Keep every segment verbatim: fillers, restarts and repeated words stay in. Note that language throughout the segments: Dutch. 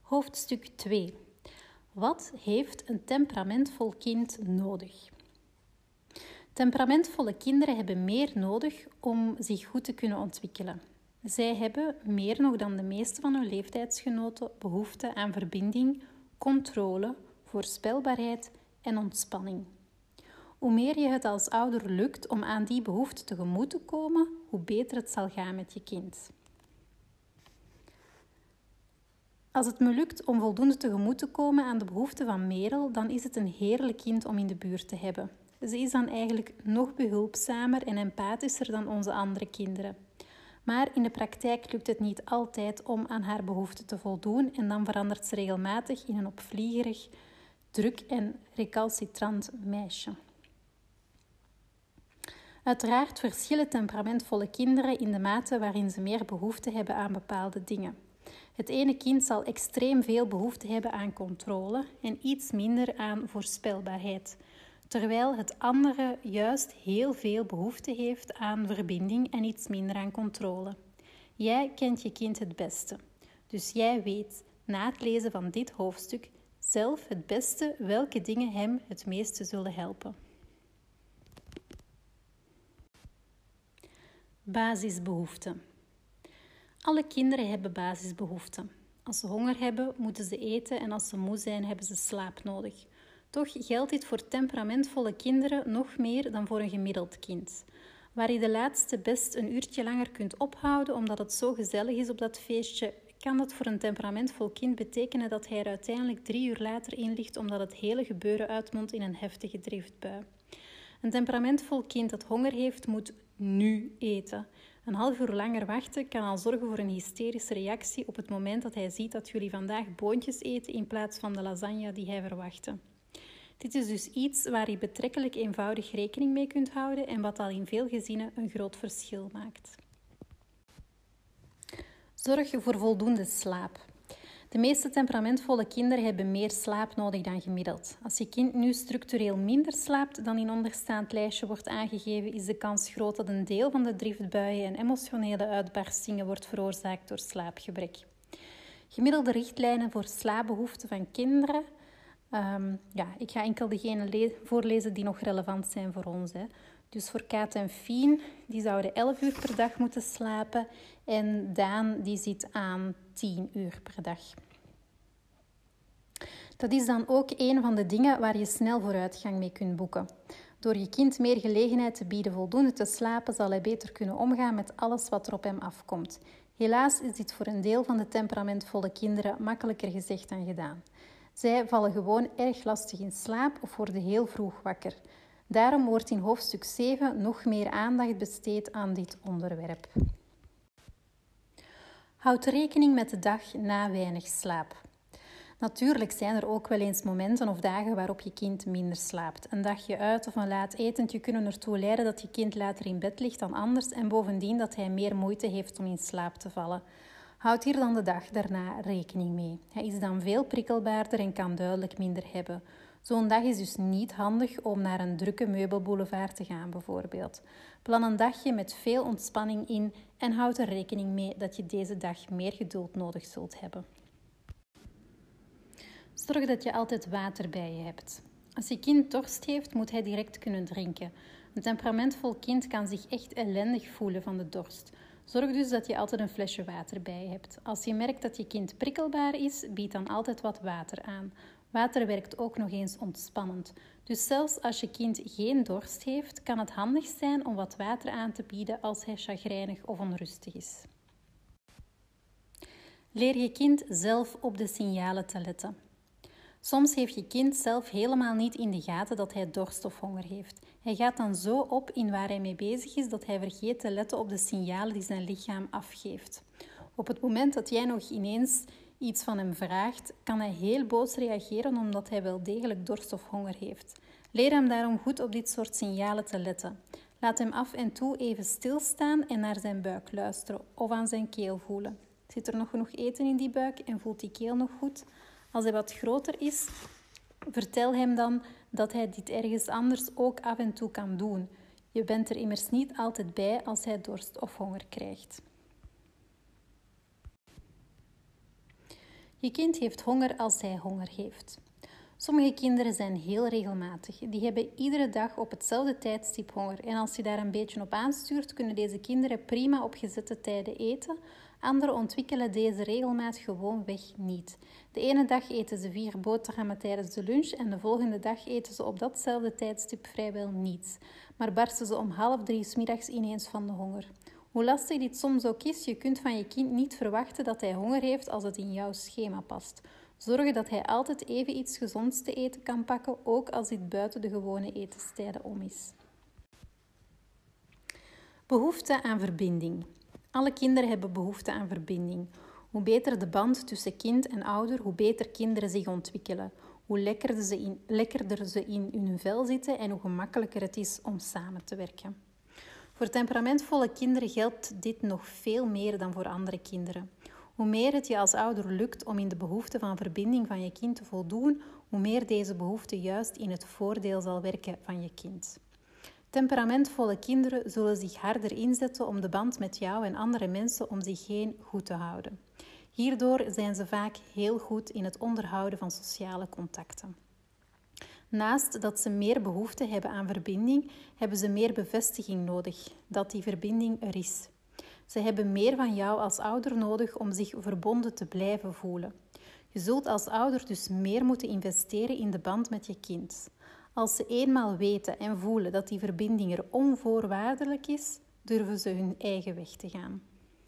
Hoofdstuk twee. Wat heeft een temperamentvol kind nodig? Temperamentvolle kinderen hebben meer nodig om zich goed te kunnen ontwikkelen. Zij hebben, meer nog dan de meeste van hun leeftijdsgenoten, behoefte aan verbinding, controle, voorspelbaarheid en ontspanning. Hoe meer je het als ouder lukt om aan die behoefte tegemoet te komen, hoe beter het zal gaan met je kind. Als het me lukt om voldoende tegemoet te komen aan de behoeften van Merel, dan is het een heerlijk kind om in de buurt te hebben. Ze is dan eigenlijk nog behulpzamer en empathischer dan onze andere kinderen. Maar in de praktijk lukt het niet altijd om aan haar behoeften te voldoen en dan verandert ze regelmatig in een opvliegerig, druk en recalcitrant meisje. Uiteraard verschillen temperamentvolle kinderen in de mate waarin ze meer behoefte hebben aan bepaalde dingen. Het ene kind zal extreem veel behoefte hebben aan controle en iets minder aan voorspelbaarheid, terwijl het andere juist heel veel behoefte heeft aan verbinding en iets minder aan controle. Jij kent je kind het beste, dus jij weet na het lezen van dit hoofdstuk zelf het beste welke dingen hem het meeste zullen helpen. Basisbehoeften. Alle kinderen hebben basisbehoeften. Als ze honger hebben, moeten ze eten en als ze moe zijn, hebben ze slaap nodig. Toch geldt dit voor temperamentvolle kinderen nog meer dan voor een gemiddeld kind. Waar je de laatste best een uurtje langer kunt ophouden omdat het zo gezellig is op dat feestje, kan dat voor een temperamentvol kind betekenen dat hij er uiteindelijk drie uur later in ligt omdat het hele gebeuren uitmondt in een heftige driftbui. Een temperamentvol kind dat honger heeft, moet nu eten. Een half uur langer wachten kan al zorgen voor een hysterische reactie op het moment dat hij ziet dat jullie vandaag boontjes eten in plaats van de lasagne die hij verwachtte. Dit is dus iets waar je betrekkelijk eenvoudig rekening mee kunt houden en wat al in veel gezinnen een groot verschil maakt. Zorg voor voldoende slaap. De meeste temperamentvolle kinderen hebben meer slaap nodig dan gemiddeld. Als je kind nu structureel minder slaapt dan in onderstaand lijstje wordt aangegeven, is de kans groot dat een deel van de driftbuien en emotionele uitbarstingen wordt veroorzaakt door slaapgebrek. Gemiddelde richtlijnen voor slaapbehoeften van kinderen. Um, ja, ik ga enkel degene le- voorlezen die nog relevant zijn voor ons. Hè. Dus voor Kaat en Fien, die zouden elf uur per dag moeten slapen. En Daan, die zit aan tien uur per dag. Dat is dan ook een van de dingen waar je snel vooruitgang mee kunt boeken. Door je kind meer gelegenheid te bieden voldoende te slapen, zal hij beter kunnen omgaan met alles wat er op hem afkomt. Helaas is dit voor een deel van de temperamentvolle kinderen makkelijker gezegd dan gedaan. Zij vallen gewoon erg lastig in slaap of worden heel vroeg wakker. Daarom wordt in hoofdstuk zeven nog meer aandacht besteed aan dit onderwerp. Houd rekening met de dag na weinig slaap. Natuurlijk zijn er ook wel eens momenten of dagen waarop je kind minder slaapt. Een dagje uit of een laat etentje kunnen ertoe leiden dat je kind later in bed ligt dan anders en bovendien dat hij meer moeite heeft om in slaap te vallen. Houd hier dan de dag daarna rekening mee. Hij is dan veel prikkelbaarder en kan duidelijk minder hebben. Zo'n dag is dus niet handig om naar een drukke meubelboulevard te gaan bijvoorbeeld. Plan een dagje met veel ontspanning in en houd er rekening mee dat je deze dag meer geduld nodig zult hebben. Zorg dat je altijd water bij je hebt. Als je kind dorst heeft, moet hij direct kunnen drinken. Een temperamentvol kind kan zich echt ellendig voelen van de dorst. Zorg dus dat je altijd een flesje water bij je hebt. Als je merkt dat je kind prikkelbaar is, bied dan altijd wat water aan. Water werkt ook nog eens ontspannend. Dus zelfs als je kind geen dorst heeft, kan het handig zijn om wat water aan te bieden als hij chagrijnig of onrustig is. Leer je kind zelf op de signalen te letten. Soms heeft je kind zelf helemaal niet in de gaten dat hij dorst of honger heeft. Hij gaat dan zo op in waar hij mee bezig is dat hij vergeet te letten op de signalen die zijn lichaam afgeeft. Op het moment dat jij nog ineens iets van hem vraagt, kan hij heel boos reageren omdat hij wel degelijk dorst of honger heeft. Leer hem daarom goed op dit soort signalen te letten. Laat hem af en toe even stilstaan en naar zijn buik luisteren of aan zijn keel voelen. Zit er nog genoeg eten in die buik en voelt die keel nog goed? Als hij wat groter is, vertel hem dan dat hij dit ergens anders ook af en toe kan doen. Je bent er immers niet altijd bij als hij dorst of honger krijgt. Je kind heeft honger als hij honger heeft. Sommige kinderen zijn heel regelmatig. Die hebben iedere dag op hetzelfde tijdstip honger. En als je daar een beetje op aanstuurt, kunnen deze kinderen prima op gezette tijden eten. Anderen ontwikkelen deze regelmaat gewoonweg niet. De ene dag eten ze vier boterhammen tijdens de lunch en de volgende dag eten ze op datzelfde tijdstip vrijwel niets. Maar barsten ze om half drie 's middags ineens van de honger. Hoe lastig dit soms ook is, je kunt van je kind niet verwachten dat hij honger heeft als het in jouw schema past. Zorg dat hij altijd even iets gezonds te eten kan pakken, ook als dit buiten de gewone etenstijden om is. Behoefte aan verbinding. Alle kinderen hebben behoefte aan verbinding. Hoe beter de band tussen kind en ouder, hoe beter kinderen zich ontwikkelen. Hoe lekkerder ze in, lekkerder ze in hun vel zitten en hoe gemakkelijker het is om samen te werken. Voor temperamentvolle kinderen geldt dit nog veel meer dan voor andere kinderen. Hoe meer het je als ouder lukt om in de behoefte van verbinding van je kind te voldoen, hoe meer deze behoefte juist in het voordeel zal werken van je kind. Temperamentvolle kinderen zullen zich harder inzetten om de band met jou en andere mensen om zich heen goed te houden. Hierdoor zijn ze vaak heel goed in het onderhouden van sociale contacten. Naast dat ze meer behoefte hebben aan verbinding, hebben ze meer bevestiging nodig dat die verbinding er is. Ze hebben meer van jou als ouder nodig om zich verbonden te blijven voelen. Je zult als ouder dus meer moeten investeren in de band met je kind. Als ze eenmaal weten en voelen dat die verbinding er onvoorwaardelijk is, durven ze hun eigen weg te gaan.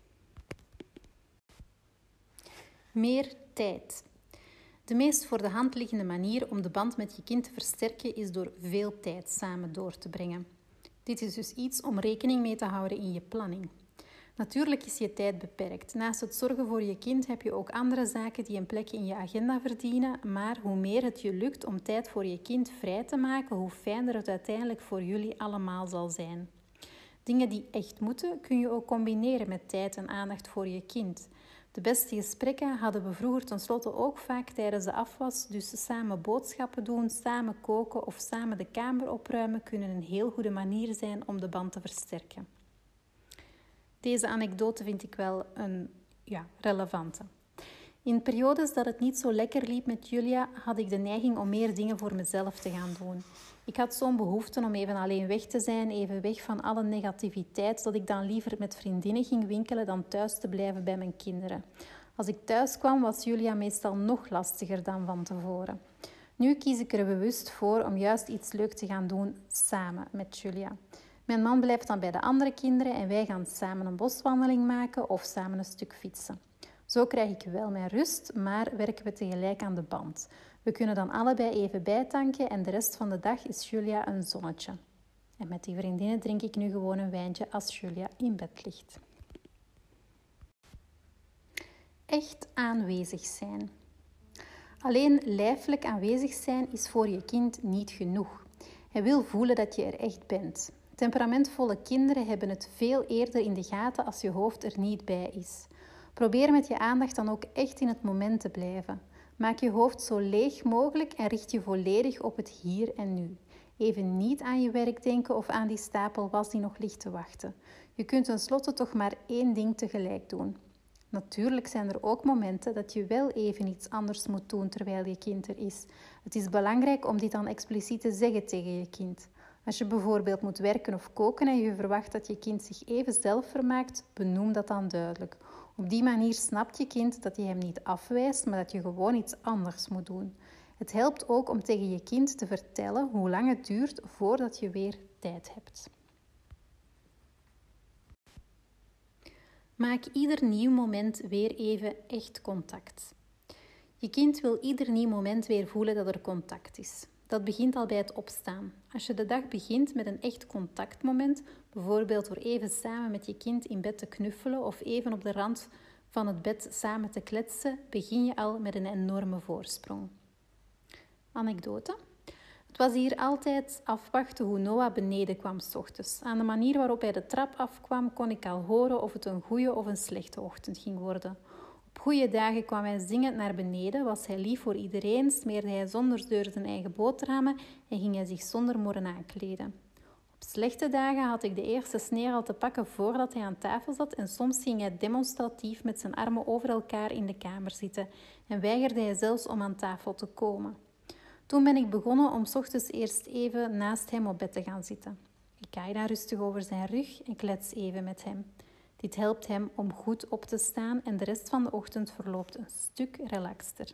Meer tijd. De meest voor de hand liggende manier om de band met je kind te versterken is door veel tijd samen door te brengen. Dit is dus iets om rekening mee te houden in je planning. Natuurlijk is je tijd beperkt. Naast het zorgen voor je kind heb je ook andere zaken die een plek in je agenda verdienen, maar hoe meer het je lukt om tijd voor je kind vrij te maken, hoe fijner het uiteindelijk voor jullie allemaal zal zijn. Dingen die echt moeten, kun je ook combineren met tijd en aandacht voor je kind. De beste gesprekken hadden we vroeger tenslotte ook vaak tijdens de afwas, dus samen boodschappen doen, samen koken of samen de kamer opruimen kunnen een heel goede manier zijn om de band te versterken. Deze anekdote vind ik wel een ja, relevante. In periodes dat het niet zo lekker liep met Julia, had ik de neiging om meer dingen voor mezelf te gaan doen. Ik had zo'n behoefte om even alleen weg te zijn, even weg van alle negativiteit, dat ik dan liever met vriendinnen ging winkelen dan thuis te blijven bij mijn kinderen. Als ik thuis kwam, was Julia meestal nog lastiger dan van tevoren. Nu kies ik er bewust voor om juist iets leuks te gaan doen samen met Julia. Mijn man blijft dan bij de andere kinderen en wij gaan samen een boswandeling maken of samen een stuk fietsen. Zo krijg ik wel mijn rust, maar werken we tegelijk aan de band. We kunnen dan allebei even bijtanken en de rest van de dag is Julia een zonnetje. En met die vriendinnen drink ik nu gewoon een wijntje als Julia in bed ligt. Echt aanwezig zijn. Alleen lijfelijk aanwezig zijn is voor je kind niet genoeg. Hij wil voelen dat je er echt bent. Temperamentvolle kinderen hebben het veel eerder in de gaten als je hoofd er niet bij is. Probeer met je aandacht dan ook echt in het moment te blijven. Maak je hoofd zo leeg mogelijk en richt je volledig op het hier en nu. Even niet aan je werk denken of aan die stapel was die nog ligt te wachten. Je kunt tenslotte toch maar één ding tegelijk doen. Natuurlijk zijn er ook momenten dat je wel even iets anders moet doen terwijl je kind er is. Het is belangrijk om dit dan expliciet te zeggen tegen je kind. Als je bijvoorbeeld moet werken of koken en je verwacht dat je kind zich even zelf vermaakt, benoem dat dan duidelijk. Op die manier snapt je kind dat je hem niet afwijst, maar dat je gewoon iets anders moet doen. Het helpt ook om tegen je kind te vertellen hoe lang het duurt voordat je weer tijd hebt. Maak ieder nieuw moment weer even echt contact. Je kind wil ieder nieuw moment weer voelen dat er contact is. Dat begint al bij het opstaan. Als je de dag begint met een echt contactmoment, bijvoorbeeld door even samen met je kind in bed te knuffelen of even op de rand van het bed samen te kletsen, begin je al met een enorme voorsprong. Anekdote. Het was hier altijd afwachten hoe Noah beneden kwam 's ochtends. Aan de manier waarop hij de trap afkwam, kon ik al horen of het een goede of een slechte ochtend ging worden. Op goede dagen kwam hij zingend naar beneden, was hij lief voor iedereen, smeerde hij zonder zeur zijn eigen boterhammen en ging hij zich zonder morren aankleden. Op slechte dagen had ik de eerste sneer al te pakken voordat hij aan tafel zat en soms ging hij demonstratief met zijn armen over elkaar in de kamer zitten en weigerde hij zelfs om aan tafel te komen. Toen ben ik begonnen om 's ochtends eerst even naast hem op bed te gaan zitten. Ik kaai dan rustig over zijn rug en klets even met hem. Dit helpt hem om goed op te staan en de rest van de ochtend verloopt een stuk relaxter.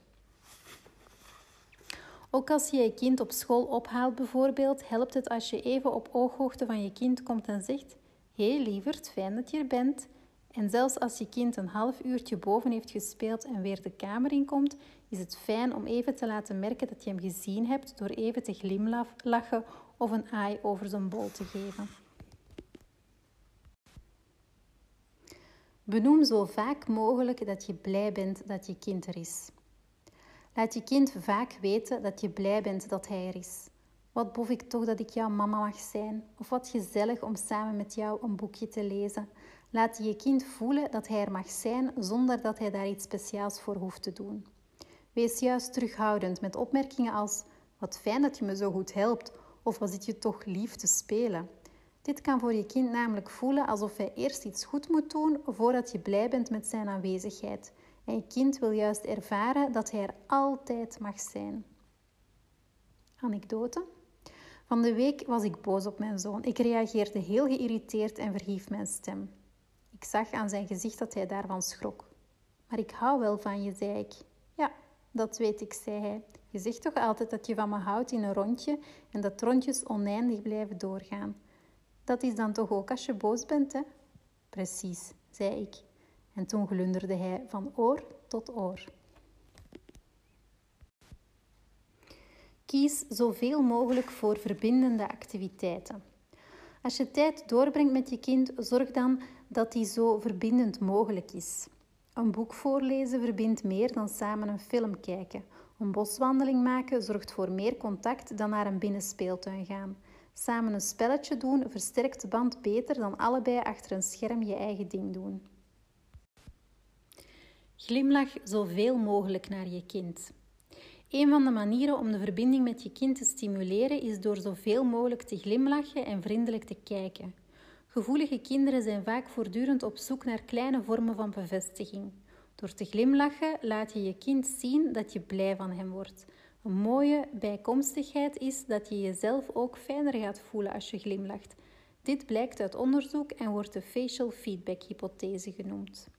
Ook als je je kind op school ophaalt bijvoorbeeld, helpt het als je even op ooghoogte van je kind komt en zegt: hé hey, lieverd, fijn dat je er bent. En zelfs als je kind een half uurtje boven heeft gespeeld en weer de kamer inkomt, is het fijn om even te laten merken dat je hem gezien hebt door even te glimlachen of een aai over zijn bol te geven. Benoem zo vaak mogelijk dat je blij bent dat je kind er is. Laat je kind vaak weten dat je blij bent dat hij er is. Wat bof ik toch dat ik jouw mama mag zijn? Of wat gezellig om samen met jou een boekje te lezen. Laat je kind voelen dat hij er mag zijn zonder dat hij daar iets speciaals voor hoeft te doen. Wees juist terughoudend met opmerkingen als: wat fijn dat je me zo goed helpt, of wat zit je toch lief te spelen. Dit kan voor je kind namelijk voelen alsof hij eerst iets goed moet doen voordat je blij bent met zijn aanwezigheid. En je kind wil juist ervaren dat hij er altijd mag zijn. Anekdote. Van de week was ik boos op mijn zoon. Ik reageerde heel geïrriteerd en verhief mijn stem. Ik zag aan zijn gezicht dat hij daarvan schrok. Maar ik hou wel van je, zei ik. Ja, dat weet ik, zei hij. Je zegt toch altijd dat je van me houdt in een rondje en dat rondjes oneindig blijven doorgaan. Dat is dan toch ook als je boos bent, hè? Precies, zei ik. En toen glunderde hij van oor tot oor. Kies zoveel mogelijk voor verbindende activiteiten. Als je tijd doorbrengt met je kind, zorg dan dat die zo verbindend mogelijk is. Een boek voorlezen verbindt meer dan samen een film kijken. Een boswandeling maken zorgt voor meer contact dan naar een binnenspeeltuin gaan. Samen een spelletje doen versterkt de band beter dan allebei achter een scherm je eigen ding doen. Glimlach zoveel mogelijk naar je kind. Een van de manieren om de verbinding met je kind te stimuleren is door zoveel mogelijk te glimlachen en vriendelijk te kijken. Gevoelige kinderen zijn vaak voortdurend op zoek naar kleine vormen van bevestiging. Door te glimlachen laat je je kind zien dat je blij van hem wordt. Een mooie bijkomstigheid is dat je jezelf ook fijner gaat voelen als je glimlacht. Dit blijkt uit onderzoek en wordt de facial feedback hypothese genoemd.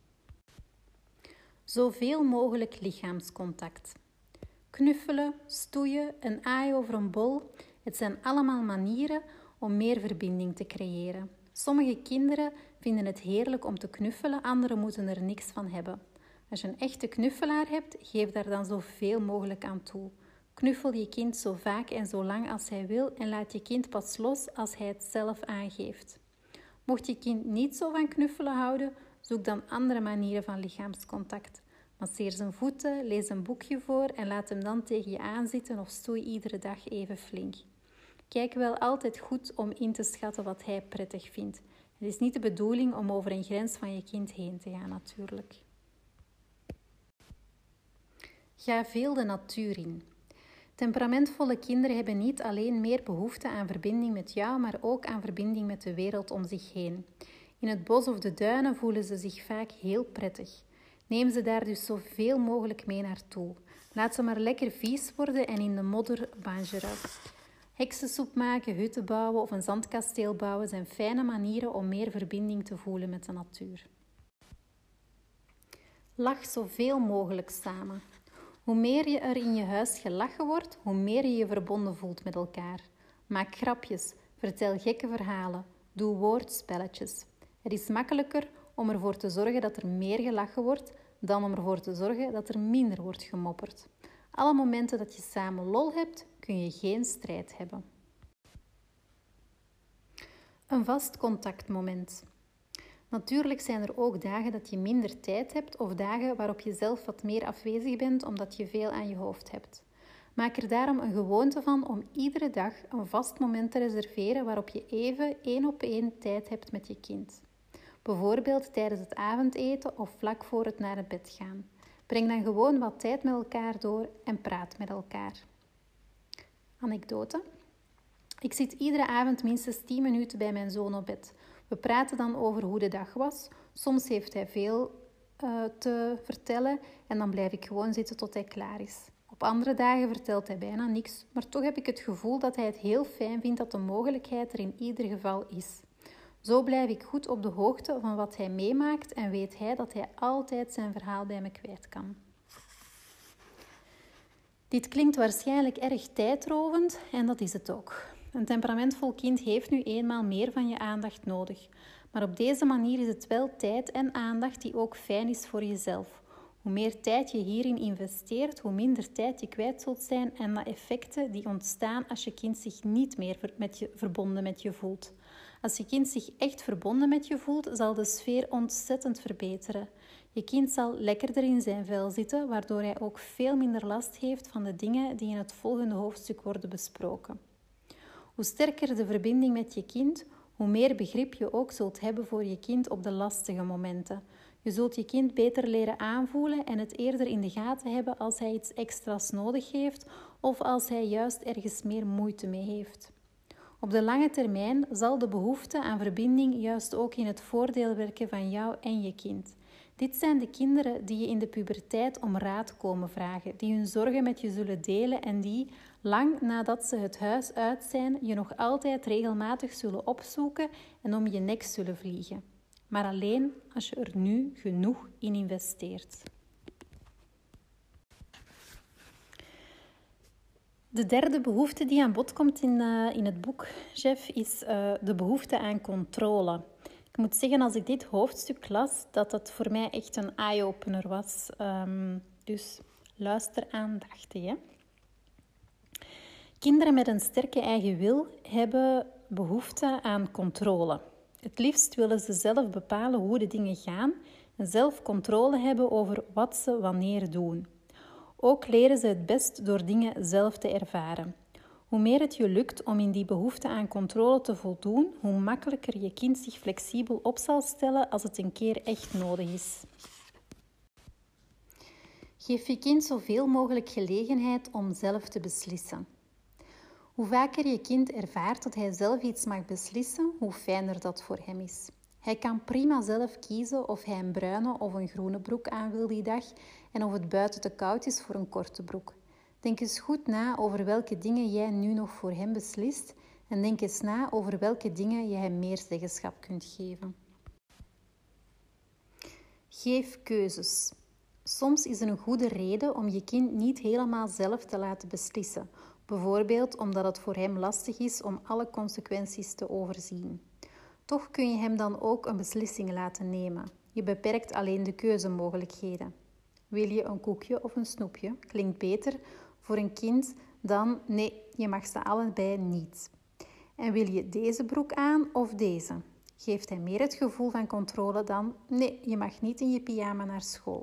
Zoveel mogelijk lichaamscontact. Knuffelen, stoeien, een aai over een bol. Het zijn allemaal manieren om meer verbinding te creëren. Sommige kinderen vinden het heerlijk om te knuffelen, anderen moeten er niks van hebben. Als je een echte knuffelaar hebt, geef daar dan zoveel mogelijk aan toe. Knuffel je kind zo vaak en zo lang als hij wil en laat je kind pas los als hij het zelf aangeeft. Mocht je kind niet zo van knuffelen houden, zoek dan andere manieren van lichaamscontact. Masseer zijn voeten, lees een boekje voor en laat hem dan tegen je aanzitten of stoei iedere dag even flink. Kijk wel altijd goed om in te schatten wat hij prettig vindt. Het is niet de bedoeling om over een grens van je kind heen te gaan natuurlijk. Ga veel de natuur in. Temperamentvolle kinderen hebben niet alleen meer behoefte aan verbinding met jou, maar ook aan verbinding met de wereld om zich heen. In het bos of de duinen voelen ze zich vaak heel prettig. Neem ze daar dus zoveel mogelijk mee naartoe. Laat ze maar lekker vies worden en in de modder bangeren. Heksensoep maken, hutten bouwen of een zandkasteel bouwen zijn fijne manieren om meer verbinding te voelen met de natuur. Lach zoveel mogelijk samen. Hoe meer je er in je huis gelachen wordt, hoe meer je je verbonden voelt met elkaar. Maak grapjes, vertel gekke verhalen, doe woordspelletjes. Het is makkelijker om ervoor te zorgen dat er meer gelachen wordt, dan om ervoor te zorgen dat er minder wordt gemopperd. Alle momenten dat je samen lol hebt, kun je geen strijd hebben. Een vast contactmoment. Natuurlijk zijn er ook dagen dat je minder tijd hebt of dagen waarop je zelf wat meer afwezig bent omdat je veel aan je hoofd hebt. Maak er daarom een gewoonte van om iedere dag een vast moment te reserveren waarop je even één op één tijd hebt met je kind. Bijvoorbeeld tijdens het avondeten of vlak voor het naar het bed gaan. Breng dan gewoon wat tijd met elkaar door en praat met elkaar. Anekdote. Ik zit iedere avond minstens tien minuten bij mijn zoon op bed. We praten dan over hoe de dag was. Soms heeft hij veel uh, te vertellen en dan blijf ik gewoon zitten tot hij klaar is. Op andere dagen vertelt hij bijna niks, maar toch heb ik het gevoel dat hij het heel fijn vindt dat de mogelijkheid er in ieder geval is. Zo blijf ik goed op de hoogte van wat hij meemaakt en weet hij dat hij altijd zijn verhaal bij me kwijt kan. Dit klinkt waarschijnlijk erg tijdrovend en dat is het ook. Een temperamentvol kind heeft nu eenmaal meer van je aandacht nodig. Maar op deze manier is het wel tijd en aandacht die ook fijn is voor jezelf. Hoe meer tijd je hierin investeert, hoe minder tijd je kwijt zult zijn en de effecten die ontstaan als je kind zich niet meer met je, verbonden met je voelt. Als je kind zich echt verbonden met je voelt, zal de sfeer ontzettend verbeteren. Je kind zal lekkerder in zijn vel zitten, waardoor hij ook veel minder last heeft van de dingen die in het volgende hoofdstuk worden besproken. Hoe sterker de verbinding met je kind, hoe meer begrip je ook zult hebben voor je kind op de lastige momenten. Je zult je kind beter leren aanvoelen en het eerder in de gaten hebben als hij iets extra's nodig heeft of als hij juist ergens meer moeite mee heeft. Op de lange termijn zal de behoefte aan verbinding juist ook in het voordeel werken van jou en je kind. Dit zijn de kinderen die je in de puberteit om raad komen vragen, die hun zorgen met je zullen delen en die, lang nadat ze het huis uit zijn, je nog altijd regelmatig zullen opzoeken en om je nek zullen vliegen. Maar alleen als je er nu genoeg in investeert. De derde behoefte die aan bod komt in, uh, in het boek, Jeff, is uh, de behoefte aan controle. Ik moet zeggen, als ik dit hoofdstuk las, dat dat voor mij echt een eye-opener was. Um, dus luister aandachtig, hè. Kinderen met een sterke eigen wil hebben behoefte aan controle. Het liefst willen ze zelf bepalen hoe de dingen gaan en zelf controle hebben over wat ze wanneer doen. Ook leren ze het best door dingen zelf te ervaren. Hoe meer het je lukt om in die behoefte aan controle te voldoen, hoe makkelijker je kind zich flexibel op zal stellen als het een keer echt nodig is. Geef je kind zoveel mogelijk gelegenheid om zelf te beslissen. Hoe vaker je kind ervaart dat hij zelf iets mag beslissen, hoe fijner dat voor hem is. Hij kan prima zelf kiezen of hij een bruine of een groene broek aan wil die dag en of het buiten te koud is voor een korte broek. Denk eens goed na over welke dingen jij nu nog voor hem beslist en denk eens na over welke dingen je hem meer zeggenschap kunt geven. Geef keuzes. Soms is er een goede reden om je kind niet helemaal zelf te laten beslissen. Bijvoorbeeld omdat het voor hem lastig is om alle consequenties te overzien. Toch kun je hem dan ook een beslissing laten nemen. Je beperkt alleen de keuzemogelijkheden. Wil je een koekje of een snoepje? Klinkt beter voor een kind dan nee, je mag ze allebei niet. En wil je deze broek aan of deze? Geeft hij meer het gevoel van controle dan nee, je mag niet in je pyjama naar school.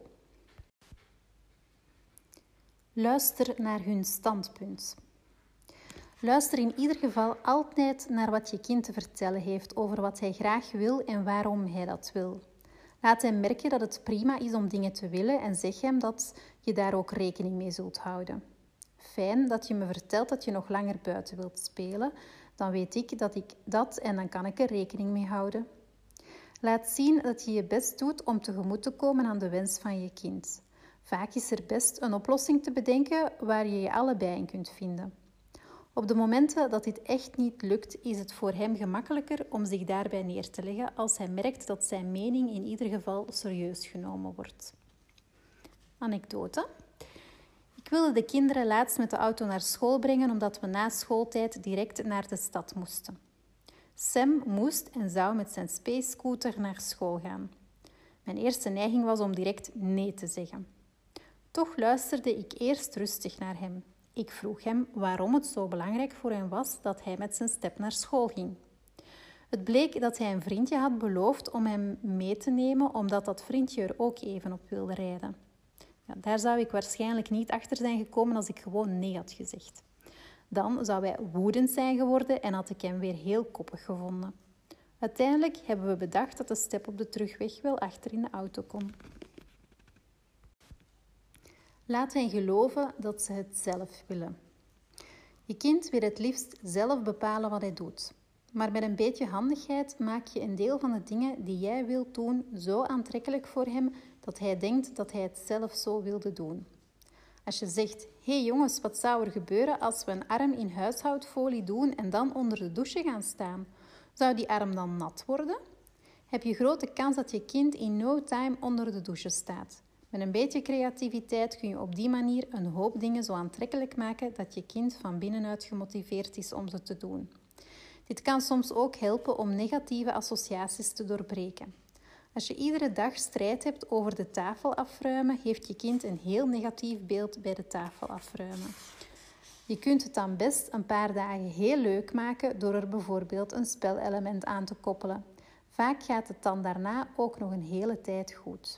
Luister naar hun standpunt. Luister in ieder geval altijd naar wat je kind te vertellen heeft over wat hij graag wil en waarom hij dat wil. Laat hem merken dat het prima is om dingen te willen en zeg hem dat je daar ook rekening mee zult houden. Fijn dat je me vertelt dat je nog langer buiten wilt spelen. Dan weet ik dat ik dat en dan kan ik er rekening mee houden. Laat zien dat je je best doet om tegemoet te komen aan de wens van je kind. Vaak is er best een oplossing te bedenken waar je je allebei in kunt vinden. Op de momenten dat dit echt niet lukt, is het voor hem gemakkelijker om zich daarbij neer te leggen als hij merkt dat zijn mening in ieder geval serieus genomen wordt. Anekdote. Ik wilde de kinderen laatst met de auto naar school brengen omdat we na schooltijd direct naar de stad moesten. Sam moest en zou met zijn space scooter naar school gaan. Mijn eerste neiging was om direct nee te zeggen. Toch luisterde ik eerst rustig naar hem. Ik vroeg hem waarom het zo belangrijk voor hem was dat hij met zijn step naar school ging. Het bleek dat hij een vriendje had beloofd om hem mee te nemen, omdat dat vriendje er ook even op wilde rijden. Ja, daar zou ik waarschijnlijk niet achter zijn gekomen als ik gewoon nee had gezegd. Dan zou hij woedend zijn geworden en had ik hem weer heel koppig gevonden. Uiteindelijk hebben we bedacht dat de step op de terugweg wel achter in de auto kon. Laat hen geloven dat ze het zelf willen. Je kind wil het liefst zelf bepalen wat hij doet. Maar met een beetje handigheid maak je een deel van de dingen die jij wilt doen zo aantrekkelijk voor hem dat hij denkt dat hij het zelf zo wilde doen. Als je zegt, hé hey jongens, wat zou er gebeuren als we een arm in huishoudfolie doen en dan onder de douche gaan staan? Zou die arm dan nat worden? Heb je grote kans dat je kind in no time onder de douche staat. Met een beetje creativiteit kun je op die manier een hoop dingen zo aantrekkelijk maken dat je kind van binnenuit gemotiveerd is om ze te doen. Dit kan soms ook helpen om negatieve associaties te doorbreken. Als je iedere dag strijd hebt over de tafel afruimen, heeft je kind een heel negatief beeld bij de tafel afruimen. Je kunt het dan best een paar dagen heel leuk maken door er bijvoorbeeld een spelelement aan te koppelen. Vaak gaat het dan daarna ook nog een hele tijd goed.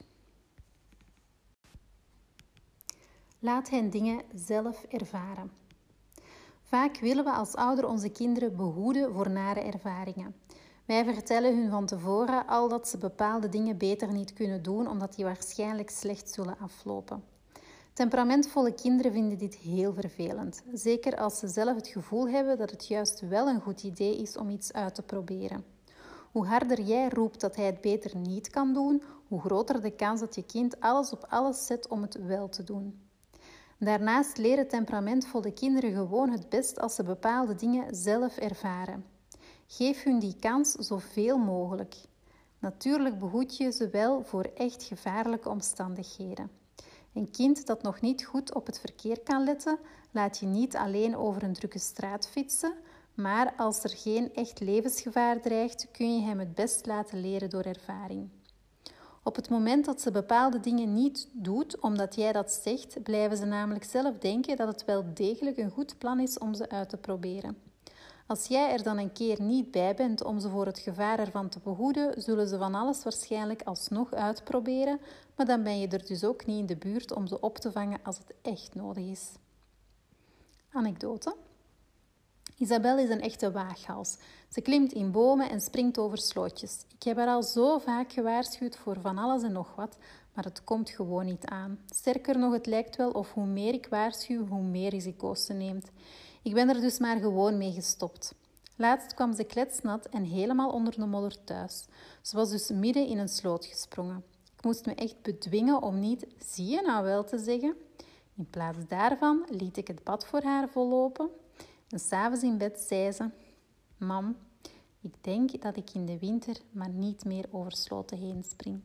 Laat hen dingen zelf ervaren. Vaak willen we als ouder onze kinderen behoeden voor nare ervaringen. Wij vertellen hun van tevoren al dat ze bepaalde dingen beter niet kunnen doen, omdat die waarschijnlijk slecht zullen aflopen. Temperamentvolle kinderen vinden dit heel vervelend, zeker als ze zelf het gevoel hebben dat het juist wel een goed idee is om iets uit te proberen. Hoe harder jij roept dat hij het beter niet kan doen, hoe groter de kans dat je kind alles op alles zet om het wel te doen. Daarnaast leren temperamentvolle kinderen gewoon het best als ze bepaalde dingen zelf ervaren. Geef hun die kans zoveel mogelijk. Natuurlijk behoed je ze wel voor echt gevaarlijke omstandigheden. Een kind dat nog niet goed op het verkeer kan letten, laat je niet alleen over een drukke straat fietsen, maar als er geen echt levensgevaar dreigt, kun je hem het best laten leren door ervaring. Op het moment dat ze bepaalde dingen niet doet omdat jij dat zegt, blijven ze namelijk zelf denken dat het wel degelijk een goed plan is om ze uit te proberen. Als jij er dan een keer niet bij bent om ze voor het gevaar ervan te behoeden, zullen ze van alles waarschijnlijk alsnog uitproberen, maar dan ben je er dus ook niet in de buurt om ze op te vangen als het echt nodig is. Anekdote. Isabel is een echte waaghals. Ze klimt in bomen en springt over slootjes. Ik heb haar al zo vaak gewaarschuwd voor van alles en nog wat, maar het komt gewoon niet aan. Sterker nog, het lijkt wel of hoe meer ik waarschuw, hoe meer risico's ze neemt. Ik ben er dus maar gewoon mee gestopt. Laatst kwam ze kletsnat en helemaal onder de modder thuis. Ze was dus midden in een sloot gesprongen. Ik moest me echt bedwingen om niet, zie je nou wel, te zeggen. In plaats daarvan liet ik het bad voor haar vollopen. En 's avonds in bed zei ze, mam, ik denk dat ik in de winter maar niet meer over sloten heen spring.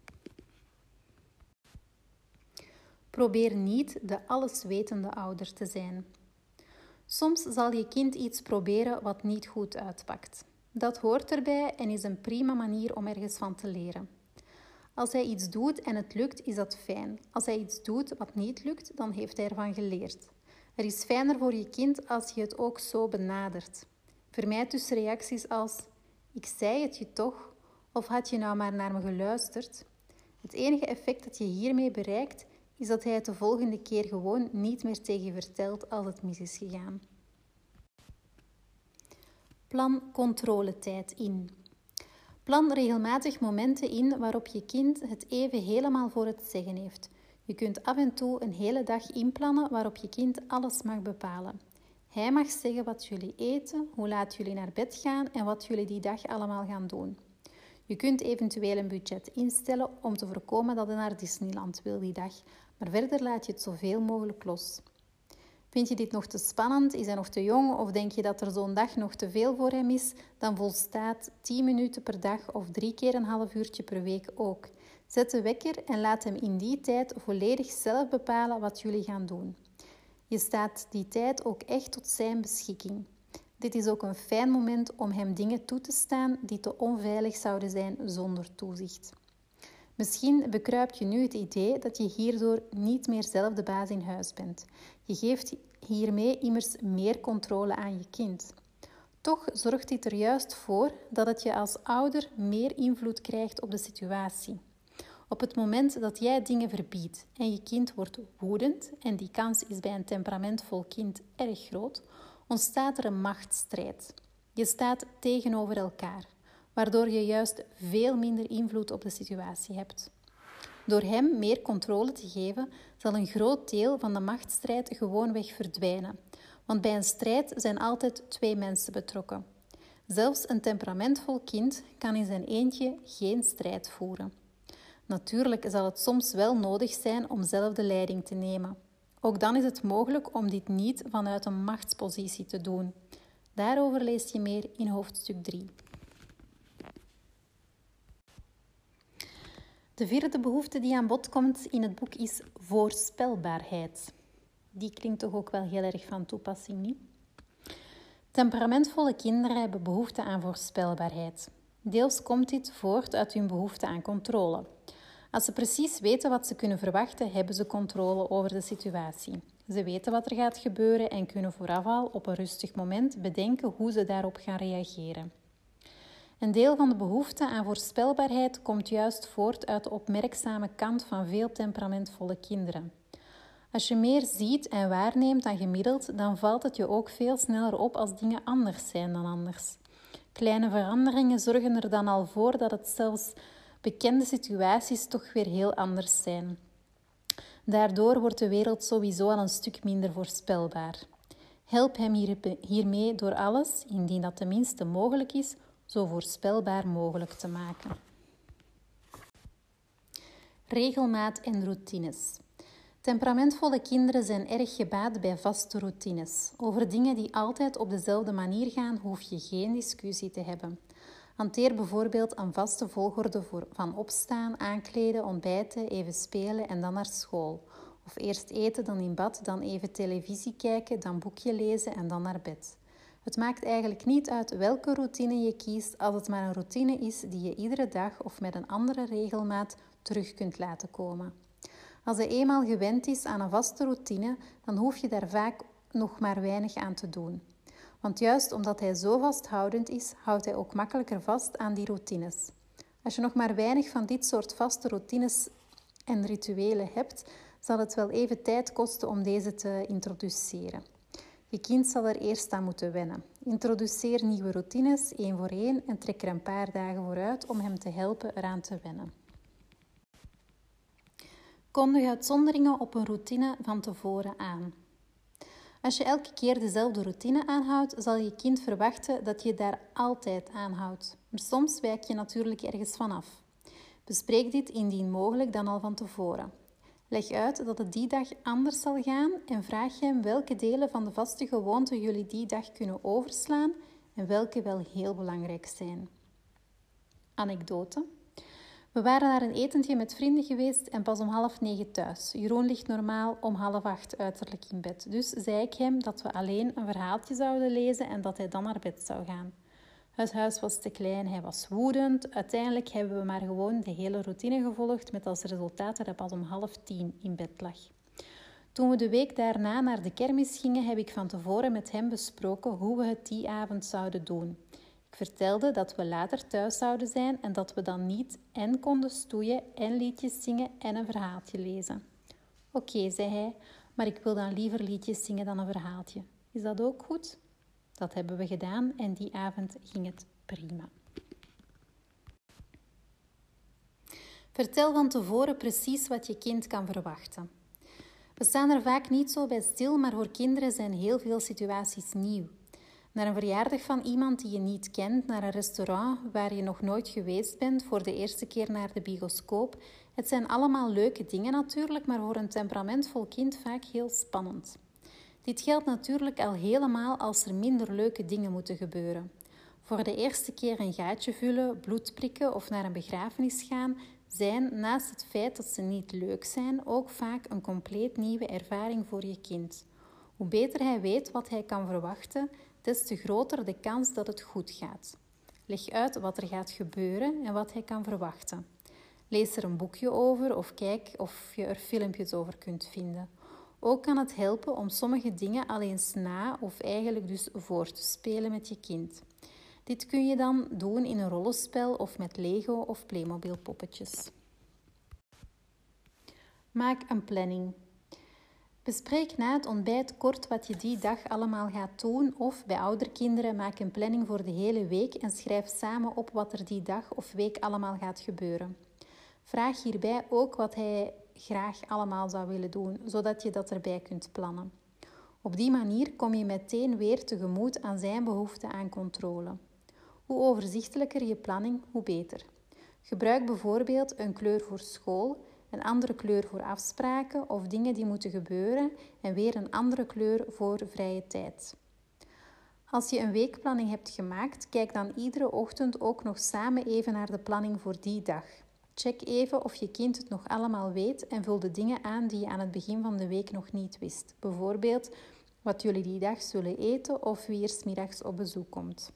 Probeer niet de alleswetende ouder te zijn. Soms zal je kind iets proberen wat niet goed uitpakt. Dat hoort erbij en is een prima manier om ergens van te leren. Als hij iets doet en het lukt, is dat fijn. Als hij iets doet wat niet lukt, dan heeft hij ervan geleerd. Er is fijner voor je kind als je het ook zo benadert. Vermijd dus reacties als, ik zei het je toch, of had je nou maar naar me geluisterd? Het enige effect dat je hiermee bereikt, is dat hij het de volgende keer gewoon niet meer tegen je vertelt als het mis is gegaan. Plan controletijd in. Plan regelmatig momenten in waarop je kind het even helemaal voor het zeggen heeft. Je kunt af en toe een hele dag inplannen waarop je kind alles mag bepalen. Hij mag zeggen wat jullie eten, hoe laat jullie naar bed gaan en wat jullie die dag allemaal gaan doen. Je kunt eventueel een budget instellen om te voorkomen dat hij naar Disneyland wil die dag, maar verder laat je het zoveel mogelijk los. Vind je dit nog te spannend, is hij nog te jong of denk je dat er zo'n dag nog te veel voor hem is, dan volstaat tien minuten per dag of drie keer een half uurtje per week ook. Zet de wekker en laat hem in die tijd volledig zelf bepalen wat jullie gaan doen. Je staat die tijd ook echt tot zijn beschikking. Dit is ook een fijn moment om hem dingen toe te staan die te onveilig zouden zijn zonder toezicht. Misschien bekruipt je nu het idee dat je hierdoor niet meer zelf de baas in huis bent. Je geeft hiermee immers meer controle aan je kind. Toch zorgt dit er juist voor dat het je als ouder meer invloed krijgt op de situatie. Op het moment dat jij dingen verbiedt en je kind wordt woedend, en die kans is bij een temperamentvol kind erg groot, ontstaat er een machtsstrijd. Je staat tegenover elkaar, waardoor je juist veel minder invloed op de situatie hebt. Door hem meer controle te geven, zal een groot deel van de machtsstrijd gewoonweg verdwijnen, Want bij een strijd zijn altijd twee mensen betrokken. Zelfs een temperamentvol kind kan in zijn eentje geen strijd voeren. Natuurlijk zal het soms wel nodig zijn om zelf de leiding te nemen. Ook dan is het mogelijk om dit niet vanuit een machtspositie te doen. Daarover lees je meer in hoofdstuk drie. De vierde behoefte die aan bod komt in het boek is voorspelbaarheid. Die klinkt toch ook wel heel erg van toepassing, niet? Temperamentvolle kinderen hebben behoefte aan voorspelbaarheid. Deels komt dit voort uit hun behoefte aan controle. Als ze precies weten wat ze kunnen verwachten, hebben ze controle over de situatie. Ze weten wat er gaat gebeuren en kunnen vooraf al op een rustig moment bedenken hoe ze daarop gaan reageren. Een deel van de behoefte aan voorspelbaarheid komt juist voort uit de opmerkzame kant van veel temperamentvolle kinderen. Als je meer ziet en waarneemt dan gemiddeld, dan valt het je ook veel sneller op als dingen anders zijn dan anders. Kleine veranderingen zorgen er dan al voor dat het zelfs bekende situaties toch weer heel anders zijn. Daardoor wordt de wereld sowieso al een stuk minder voorspelbaar. Help hem hier, hiermee door alles, indien dat tenminste mogelijk is, zo voorspelbaar mogelijk te maken. Regelmaat en routines. Temperamentvolle kinderen zijn erg gebaat bij vaste routines. Over dingen die altijd op dezelfde manier gaan, hoef je geen discussie te hebben. Hanteer bijvoorbeeld een vaste volgorde voor van opstaan, aankleden, ontbijten, even spelen en dan naar school. Of eerst eten, dan in bad, dan even televisie kijken, dan boekje lezen en dan naar bed. Het maakt eigenlijk niet uit welke routine je kiest, als het maar een routine is die je iedere dag of met een andere regelmaat terug kunt laten komen. Als hij eenmaal gewend is aan een vaste routine, dan hoef je daar vaak nog maar weinig aan te doen. Want juist omdat hij zo vasthoudend is, houdt hij ook makkelijker vast aan die routines. Als je nog maar weinig van dit soort vaste routines en rituelen hebt, zal het wel even tijd kosten om deze te introduceren. Je kind zal er eerst aan moeten wennen. Introduceer nieuwe routines één voor één en trek er een paar dagen vooruit om hem te helpen eraan te wennen. Kondig uitzonderingen op een routine van tevoren aan. Als je elke keer dezelfde routine aanhoudt, zal je kind verwachten dat je daar altijd aanhoudt. Maar soms wijk je natuurlijk ergens vanaf. Bespreek dit indien mogelijk dan al van tevoren. Leg uit dat het die dag anders zal gaan en vraag hem welke delen van de vaste gewoonte jullie die dag kunnen overslaan en welke wel heel belangrijk zijn. Anekdote. We waren naar een etentje met vrienden geweest en pas om half negen thuis. Jeroen ligt normaal om half acht uiterlijk in bed. Dus zei ik hem dat we alleen een verhaaltje zouden lezen en dat hij dan naar bed zou gaan. Het huis was te klein, hij was woedend. Uiteindelijk hebben we maar gewoon de hele routine gevolgd met als resultaat dat hij pas om half tien in bed lag. Toen we de week daarna naar de kermis gingen, heb ik van tevoren met hem besproken hoe we het die avond zouden doen. Ik vertelde dat we later thuis zouden zijn en dat we dan niet en konden stoeien en liedjes zingen en een verhaaltje lezen. Oké, okay, zei hij, maar ik wil dan liever liedjes zingen dan een verhaaltje. Is dat ook goed? Dat hebben we gedaan en die avond ging het prima. Vertel van tevoren precies wat je kind kan verwachten. We staan er vaak niet zo bij stil, maar voor kinderen zijn heel veel situaties nieuw. Naar een verjaardag van iemand die je niet kent, naar een restaurant waar je nog nooit geweest bent, voor de eerste keer naar de bioscoop. Het zijn allemaal leuke dingen natuurlijk, maar voor een temperamentvol kind vaak heel spannend. Dit geldt natuurlijk al helemaal als er minder leuke dingen moeten gebeuren. Voor de eerste keer een gaatje vullen, bloed prikken of naar een begrafenis gaan, zijn, naast het feit dat ze niet leuk zijn, ook vaak een compleet nieuwe ervaring voor je kind. Hoe beter hij weet wat hij kan verwachten, des te groter de kans dat het goed gaat. Leg uit wat er gaat gebeuren en wat hij kan verwachten. Lees er een boekje over of kijk of je er filmpjes over kunt vinden. Ook kan het helpen om sommige dingen al eens na of eigenlijk dus voor te spelen met je kind. Dit kun je dan doen in een rollenspel of met Lego of Playmobil poppetjes. Maak een planning. Bespreek na het ontbijt kort wat je die dag allemaal gaat doen of bij oudere kinderen maak een planning voor de hele week en schrijf samen op wat er die dag of week allemaal gaat gebeuren. Vraag hierbij ook wat hij graag allemaal zou willen doen, zodat je dat erbij kunt plannen. Op die manier kom je meteen weer tegemoet aan zijn behoefte aan controle. Hoe overzichtelijker je planning, hoe beter. Gebruik bijvoorbeeld een kleur voor school, een andere kleur voor afspraken of dingen die moeten gebeuren en weer een andere kleur voor vrije tijd. Als je een weekplanning hebt gemaakt, kijk dan iedere ochtend ook nog samen even naar de planning voor die dag. Check even of je kind het nog allemaal weet en vul de dingen aan die je aan het begin van de week nog niet wist. Bijvoorbeeld wat jullie die dag zullen eten of wie er 's middags op bezoek komt.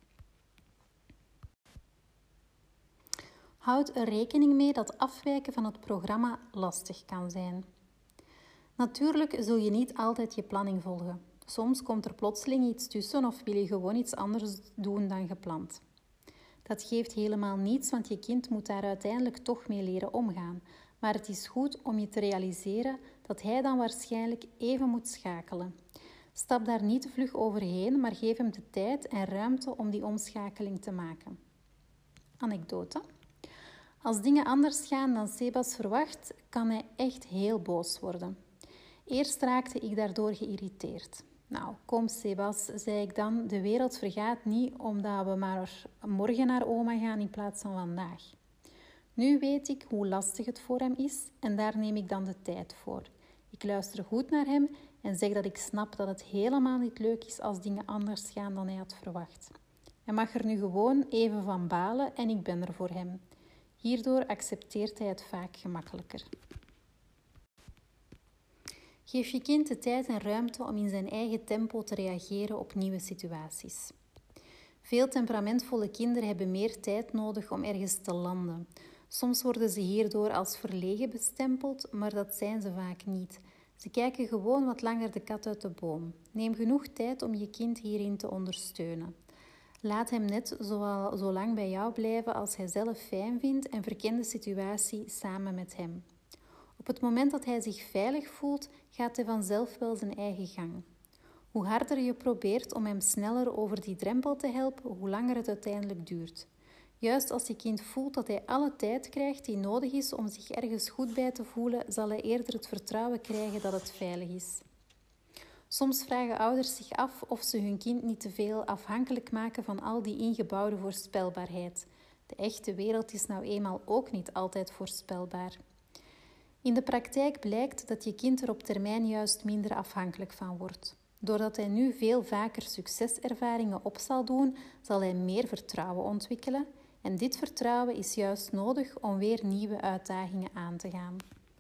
Houd er rekening mee dat afwijken van het programma lastig kan zijn. Natuurlijk zul je niet altijd je planning volgen. Soms komt er plotseling iets tussen of wil je gewoon iets anders doen dan gepland. Dat geeft helemaal niets, want je kind moet daar uiteindelijk toch mee leren omgaan. Maar het is goed om je te realiseren dat hij dan waarschijnlijk even moet schakelen. Stap daar niet te vlug overheen, maar geef hem de tijd en ruimte om die omschakeling te maken. Anekdote. Als dingen anders gaan dan Sebas verwacht, kan hij echt heel boos worden. Eerst raakte ik daardoor geïrriteerd. Nou, kom Sebas, zei ik dan, de wereld vergaat niet omdat we maar morgen naar oma gaan in plaats van vandaag. Nu weet ik hoe lastig het voor hem is en daar neem ik dan de tijd voor. Ik luister goed naar hem en zeg dat ik snap dat het helemaal niet leuk is als dingen anders gaan dan hij had verwacht. Hij mag er nu gewoon even van balen en ik ben er voor hem. Hierdoor accepteert hij het vaak gemakkelijker. Geef je kind de tijd en ruimte om in zijn eigen tempo te reageren op nieuwe situaties. Veel temperamentvolle kinderen hebben meer tijd nodig om ergens te landen. Soms worden ze hierdoor als verlegen bestempeld, maar dat zijn ze vaak niet. Ze kijken gewoon wat langer de kat uit de boom. Neem genoeg tijd om je kind hierin te ondersteunen. Laat hem net zo, zo lang bij jou blijven als hij zelf fijn vindt en verken de situatie samen met hem. Op het moment dat hij zich veilig voelt, gaat hij vanzelf wel zijn eigen gang. Hoe harder je probeert om hem sneller over die drempel te helpen, hoe langer het uiteindelijk duurt. Juist als je kind voelt dat hij alle tijd krijgt die nodig is om zich ergens goed bij te voelen, zal hij eerder het vertrouwen krijgen dat het veilig is. Soms vragen ouders zich af of ze hun kind niet te veel afhankelijk maken van al die ingebouwde voorspelbaarheid. De echte wereld is nou eenmaal ook niet altijd voorspelbaar. In de praktijk blijkt dat je kind er op termijn juist minder afhankelijk van wordt. Doordat hij nu veel vaker succeservaringen op zal doen, zal hij meer vertrouwen ontwikkelen. En dit vertrouwen is juist nodig om weer nieuwe uitdagingen aan te gaan.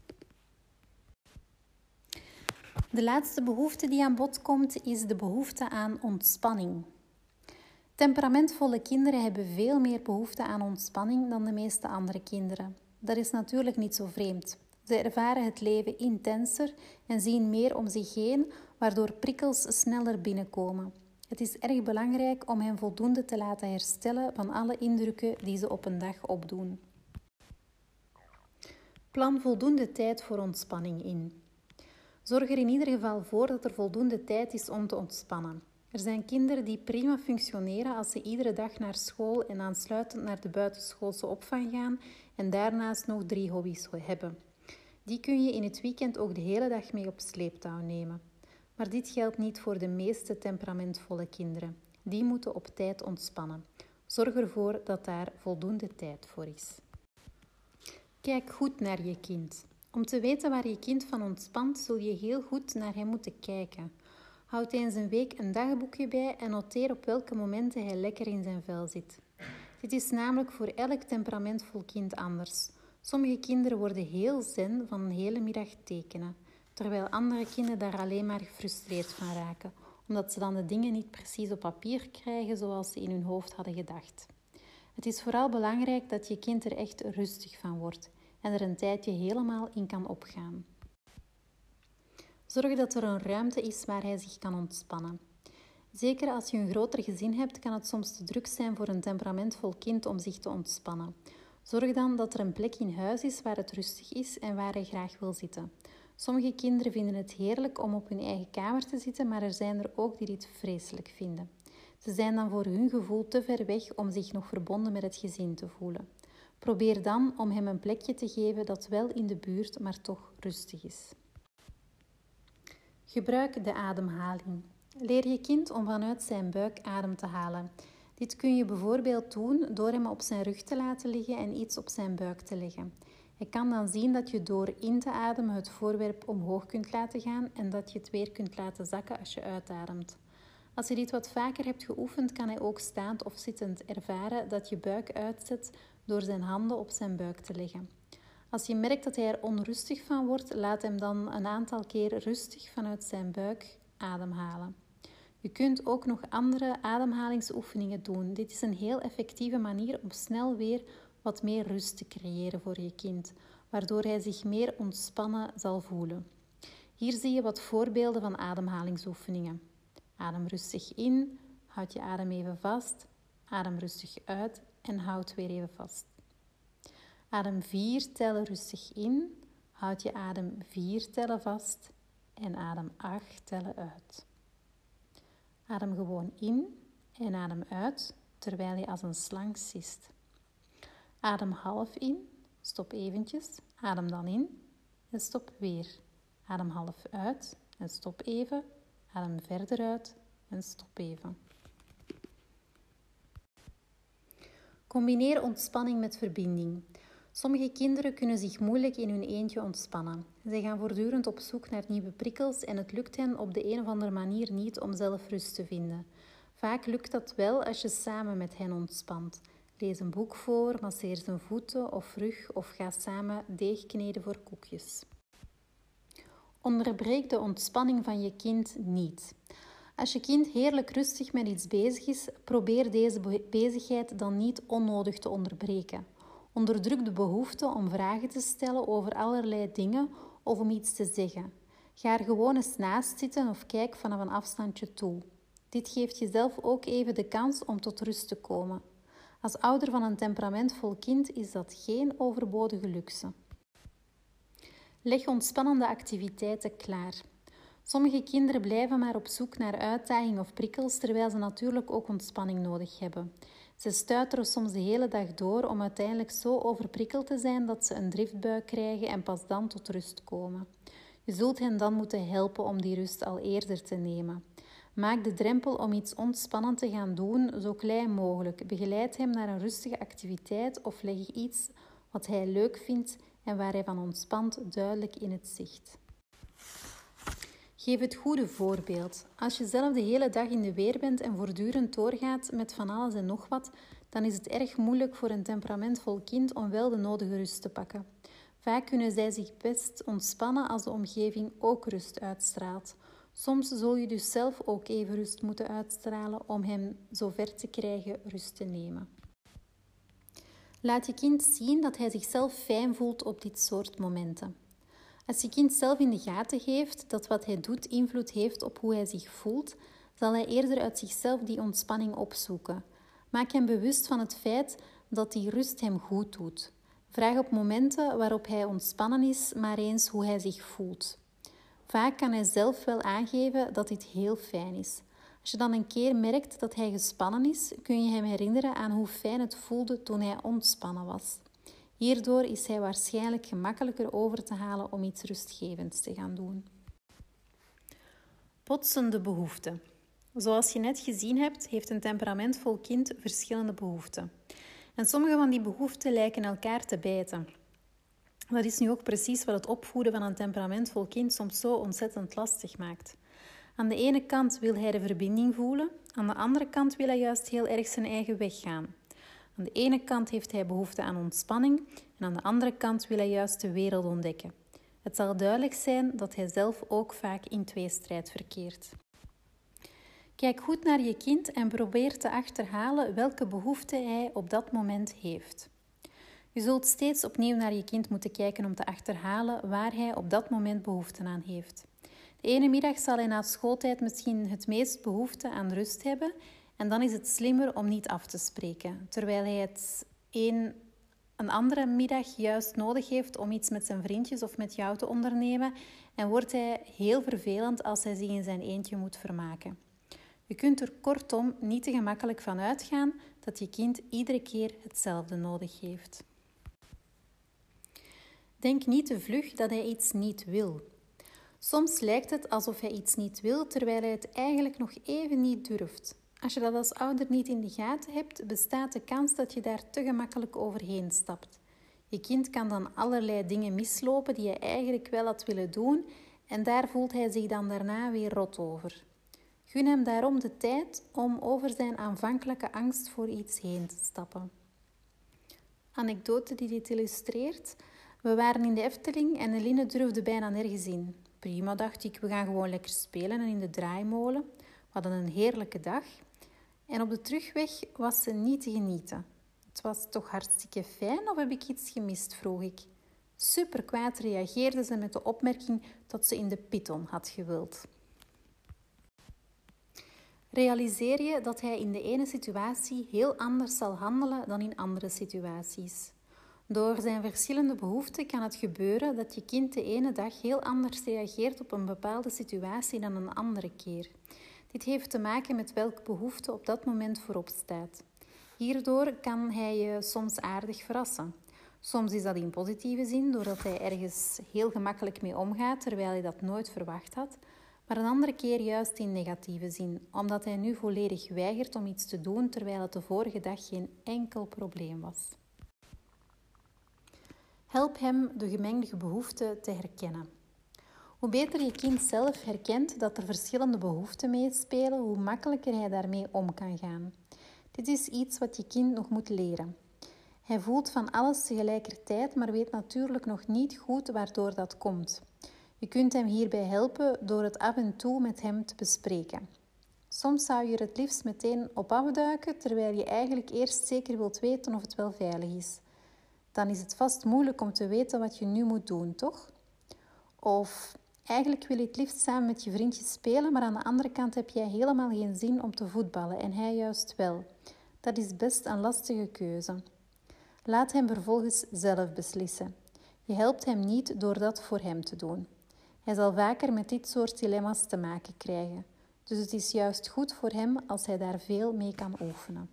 De laatste behoefte die aan bod komt, is de behoefte aan ontspanning. Temperamentvolle kinderen hebben veel meer behoefte aan ontspanning dan de meeste andere kinderen. Dat is natuurlijk niet zo vreemd. Ze ervaren het leven intenser en zien meer om zich heen, waardoor prikkels sneller binnenkomen. Het is erg belangrijk om hen voldoende te laten herstellen van alle indrukken die ze op een dag opdoen. Plan voldoende tijd voor ontspanning in. Zorg er in ieder geval voor dat er voldoende tijd is om te ontspannen. Er zijn kinderen die prima functioneren als ze iedere dag naar school en aansluitend naar de buitenschoolse opvang gaan en daarnaast nog drie hobby's hebben. Die kun je in het weekend ook de hele dag mee op sleeptouw nemen. Maar dit geldt niet voor de meeste temperamentvolle kinderen. Die moeten op tijd ontspannen. Zorg ervoor dat daar voldoende tijd voor is. Kijk goed naar je kind. Om te weten waar je kind van ontspant, zul je heel goed naar hem moeten kijken. Houd eens een week een dagboekje bij en noteer op welke momenten hij lekker in zijn vel zit. Dit is namelijk voor elk temperamentvol kind anders. Sommige kinderen worden heel zen van een hele middag tekenen, terwijl andere kinderen daar alleen maar gefrustreerd van raken, omdat ze dan de dingen niet precies op papier krijgen zoals ze in hun hoofd hadden gedacht. Het is vooral belangrijk dat je kind er echt rustig van wordt en er een tijdje helemaal in kan opgaan. Zorg dat er een ruimte is waar hij zich kan ontspannen. Zeker als je een groter gezin hebt, kan het soms te druk zijn voor een temperamentvol kind om zich te ontspannen. Zorg dan dat er een plek in huis is waar het rustig is en waar hij graag wil zitten. Sommige kinderen vinden het heerlijk om op hun eigen kamer te zitten, maar er zijn er ook die dit vreselijk vinden. Ze zijn dan voor hun gevoel te ver weg om zich nog verbonden met het gezin te voelen. Probeer dan om hem een plekje te geven dat wel in de buurt, maar toch rustig is. Gebruik de ademhaling. Leer je kind om vanuit zijn buik adem te halen. Dit kun je bijvoorbeeld doen door hem op zijn rug te laten liggen en iets op zijn buik te leggen. Hij kan dan zien dat je door in te ademen het voorwerp omhoog kunt laten gaan en dat je het weer kunt laten zakken als je uitademt. Als je dit wat vaker hebt geoefend, kan hij ook staand of zittend ervaren dat je buik uitzet door zijn handen op zijn buik te leggen. Als je merkt dat hij er onrustig van wordt, laat hem dan een aantal keer rustig vanuit zijn buik ademhalen. Je kunt ook nog andere ademhalingsoefeningen doen. Dit is een heel effectieve manier om snel weer wat meer rust te creëren voor je kind, waardoor hij zich meer ontspannen zal voelen. Hier zie je wat voorbeelden van ademhalingsoefeningen. Adem rustig in, houd je adem even vast, adem rustig uit en houd weer even vast. Adem vier tellen rustig in, houd je adem vier tellen vast en adem acht tellen uit. Adem gewoon in en adem uit terwijl je als een slang sist. Adem half in, stop eventjes, adem dan in en stop weer. Adem half uit en stop even, adem verder uit en stop even. Combineer ontspanning met verbinding. Sommige kinderen kunnen zich moeilijk in hun eentje ontspannen. Zij gaan voortdurend op zoek naar nieuwe prikkels en het lukt hen op de een of andere manier niet om zelf rust te vinden. Vaak lukt dat wel als je samen met hen ontspant. Lees een boek voor, masseer zijn voeten of rug of ga samen deeg kneden voor koekjes. Onderbreek de ontspanning van je kind niet. Als je kind heerlijk rustig met iets bezig is, probeer deze bezigheid dan niet onnodig te onderbreken. Onderdruk de behoefte om vragen te stellen over allerlei dingen of om iets te zeggen. Ga er gewoon eens naast zitten of kijk vanaf een afstandje toe. Dit geeft jezelf ook even de kans om tot rust te komen. Als ouder van een temperamentvol kind is dat geen overbodige luxe. Leg ontspannende activiteiten klaar. Sommige kinderen blijven maar op zoek naar uitdaging of prikkels, terwijl ze natuurlijk ook ontspanning nodig hebben. Ze stuiteren soms de hele dag door om uiteindelijk zo overprikkeld te zijn dat ze een driftbui krijgen en pas dan tot rust komen. Je zult hen dan moeten helpen om die rust al eerder te nemen. Maak de drempel om iets ontspannend te gaan doen zo klein mogelijk. Begeleid hem naar een rustige activiteit of leg iets wat hij leuk vindt en waar hij van ontspant duidelijk in het zicht. Geef het goede voorbeeld. Als je zelf de hele dag in de weer bent en voortdurend doorgaat met van alles en nog wat, dan is het erg moeilijk voor een temperamentvol kind om wel de nodige rust te pakken. Vaak kunnen zij zich best ontspannen als de omgeving ook rust uitstraalt. Soms zul je dus zelf ook even rust moeten uitstralen om hem zover te krijgen rust te nemen. Laat je kind zien dat hij zichzelf fijn voelt op dit soort momenten. Als je kind zelf in de gaten heeft dat wat hij doet invloed heeft op hoe hij zich voelt, zal hij eerder uit zichzelf die ontspanning opzoeken. Maak hem bewust van het feit dat die rust hem goed doet. Vraag op momenten waarop hij ontspannen is, maar eens hoe hij zich voelt. Vaak kan hij zelf wel aangeven dat dit heel fijn is. Als je dan een keer merkt dat hij gespannen is, kun je hem herinneren aan hoe fijn het voelde toen hij ontspannen was. Hierdoor is hij waarschijnlijk gemakkelijker over te halen om iets rustgevends te gaan doen. Botsende behoeften. Zoals je net gezien hebt, heeft een temperamentvol kind verschillende behoeften. En sommige van die behoeften lijken elkaar te bijten. Dat is nu ook precies wat het opvoeden van een temperamentvol kind soms zo ontzettend lastig maakt. Aan de ene kant wil hij de verbinding voelen, aan de andere kant wil hij juist heel erg zijn eigen weg gaan. Aan de ene kant heeft hij behoefte aan ontspanning en aan de andere kant wil hij juist de wereld ontdekken. Het zal duidelijk zijn dat hij zelf ook vaak in tweestrijd verkeert. Kijk goed naar je kind en probeer te achterhalen welke behoefte hij op dat moment heeft. Je zult steeds opnieuw naar je kind moeten kijken om te achterhalen waar hij op dat moment behoefte aan heeft. De ene middag zal hij na schooltijd misschien het meest behoefte aan rust hebben en dan is het slimmer om niet af te spreken, terwijl hij het een, een andere middag juist nodig heeft om iets met zijn vriendjes of met jou te ondernemen en wordt hij heel vervelend als hij zich in zijn eentje moet vermaken. Je kunt er kortom niet te gemakkelijk van uitgaan dat je kind iedere keer hetzelfde nodig heeft. Denk niet te vlug dat hij iets niet wil. Soms lijkt het alsof hij iets niet wil, terwijl hij het eigenlijk nog even niet durft. Als je dat als ouder niet in de gaten hebt, bestaat de kans dat je daar te gemakkelijk overheen stapt. Je kind kan dan allerlei dingen mislopen die je eigenlijk wel had willen doen en daar voelt hij zich dan daarna weer rot over. Gun hem daarom de tijd om over zijn aanvankelijke angst voor iets heen te stappen. Anekdote die dit illustreert. We waren in de Efteling en Eline durfde bijna nergens in. Prima, dacht ik, we gaan gewoon lekker spelen en in de draaimolen. We hadden een heerlijke dag. En op de terugweg was ze niet te genieten. Het was toch hartstikke fijn of heb ik iets gemist, vroeg ik. Super kwaad reageerde ze met de opmerking dat ze in de Python had gewild. Realiseer je dat hij in de ene situatie heel anders zal handelen dan in andere situaties. Door zijn verschillende behoeften kan het gebeuren dat je kind de ene dag heel anders reageert op een bepaalde situatie dan een andere keer. Dit heeft te maken met welke behoefte op dat moment voorop staat. Hierdoor kan hij je soms aardig verrassen. Soms is dat in positieve zin, doordat hij ergens heel gemakkelijk mee omgaat, terwijl hij dat nooit verwacht had. Maar een andere keer juist in negatieve zin, omdat hij nu volledig weigert om iets te doen, terwijl het de vorige dag geen enkel probleem was. Help hem de gemengde behoeften te herkennen. Hoe beter je kind zelf herkent dat er verschillende behoeften meespelen, hoe makkelijker hij daarmee om kan gaan. Dit is iets wat je kind nog moet leren. Hij voelt van alles tegelijkertijd, maar weet natuurlijk nog niet goed waardoor dat komt. Je kunt hem hierbij helpen door het af en toe met hem te bespreken. Soms zou je er het liefst meteen op afduiken, terwijl je eigenlijk eerst zeker wilt weten of het wel veilig is. Dan is het vast moeilijk om te weten wat je nu moet doen, toch? Of eigenlijk wil je het liefst samen met je vriendje spelen, maar aan de andere kant heb jij helemaal geen zin om te voetballen en hij juist wel. Dat is best een lastige keuze. Laat hem vervolgens zelf beslissen. Je helpt hem niet door dat voor hem te doen. Hij zal vaker met dit soort dilemma's te maken krijgen. Dus het is juist goed voor hem als hij daar veel mee kan oefenen.